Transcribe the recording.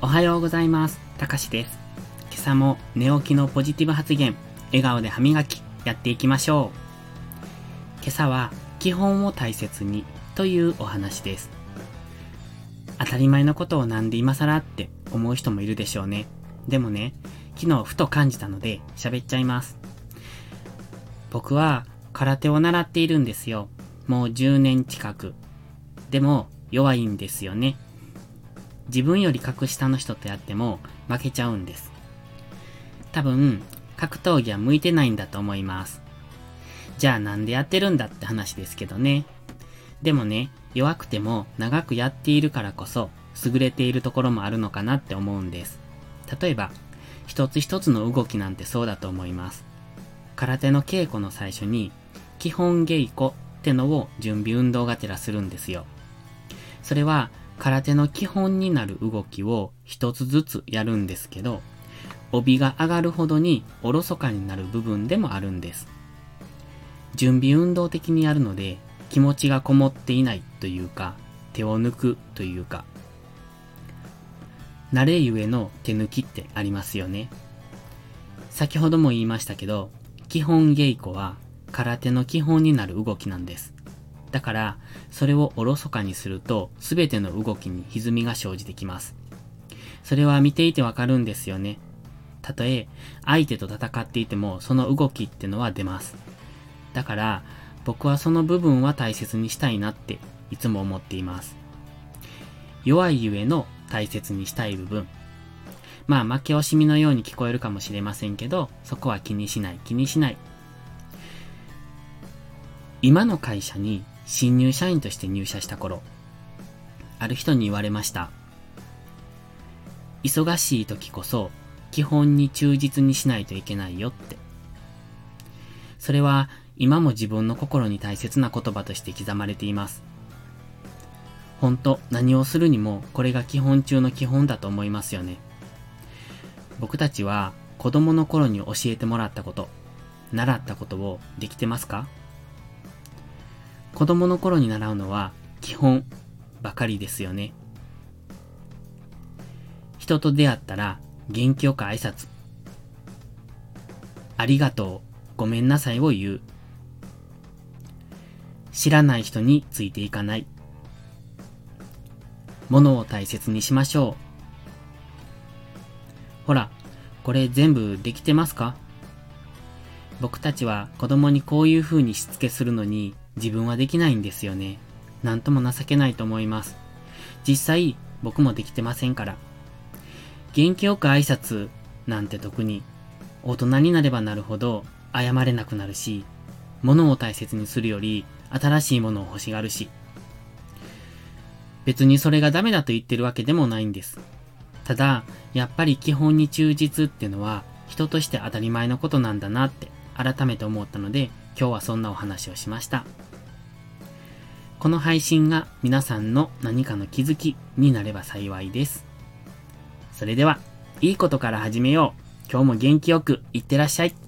はようございます。たかしです。今朝も寝起きのポジティブ発言、笑顔で歯磨きやっていきましょう。今朝は基本を大切にというお話です。当たり前のことをなんで今更って思う人もいるでしょうね。でもね、昨日ふと感じたので喋っちゃいます。僕は空手を習っているんですよ。もう10年近く。でも弱いんですよね。自分より格下の人とやっても負けちゃうんです。多分、格闘技は向いてないんだと思います。じゃあなんでやってるんだって話ですけどね。でもね、弱くても長くやっているからこそ優れているところもあるのかなって思うんです。例えば、一つ一つの動きなんてそうだと思います。空手の稽古の最初に基本稽古ってのを準備運動がてらするんですよ。それは空手の基本になる動きを一つずつやるんですけど、帯が上がるほどにおろそかになる部分でもあるんです。準備運動的にやるので気持ちがこもっていないというか、手を抜くというか、慣れゆえの手抜きってありますよね。先ほども言いましたけど、基本稽古は空手の基本になる動きなんです。だから、それをおろそかにすると、すべての動きに歪みが生じてきます。それは見ていてわかるんですよね。たとえ、相手と戦っていても、その動きってのは出ます。だから、僕はその部分は大切にしたいなって、いつも思っています。弱いゆえの大切にしたい部分。まあ、負け惜しみのように聞こえるかもしれませんけど、そこは気にしない。今の会社に新入社員として入社した頃、ある人に言われました。忙しい時こそ基本に忠実にしないといけないよって。それは今も自分の心に大切な言葉として刻まれています。本当、何をするにもこれが基本中の基本だと思いますよね。僕たちは子供の頃に教えてもらったこと、習ったことをできてますか？子供の頃に習うのは基本ばかりですよね。人と出会ったら元気よく挨拶。ありがとう、ごめんなさいを言う。知らない人についていかない。物を大切にしましょう。ほら、これ全部できてますか？僕たちは子供にこういう風にしつけするのに自分はできないんですよね。なんとも情けないと思います。実際僕もできてませんから。元気よく挨拶なんて特に大人になればなるほど謝れなくなるし、物を大切にするより新しいものを欲しがるし、別にそれがダメだと言ってるわけでもないんです。ただやっぱり基本に忠実ってのは人として当たり前のことなんだなって改めて思ったので、今日はそんなお話をしました。この配信が皆さんの何かの気づきになれば幸いです。それでは、いいことから始めよう。今日も元気よくいってらっしゃい。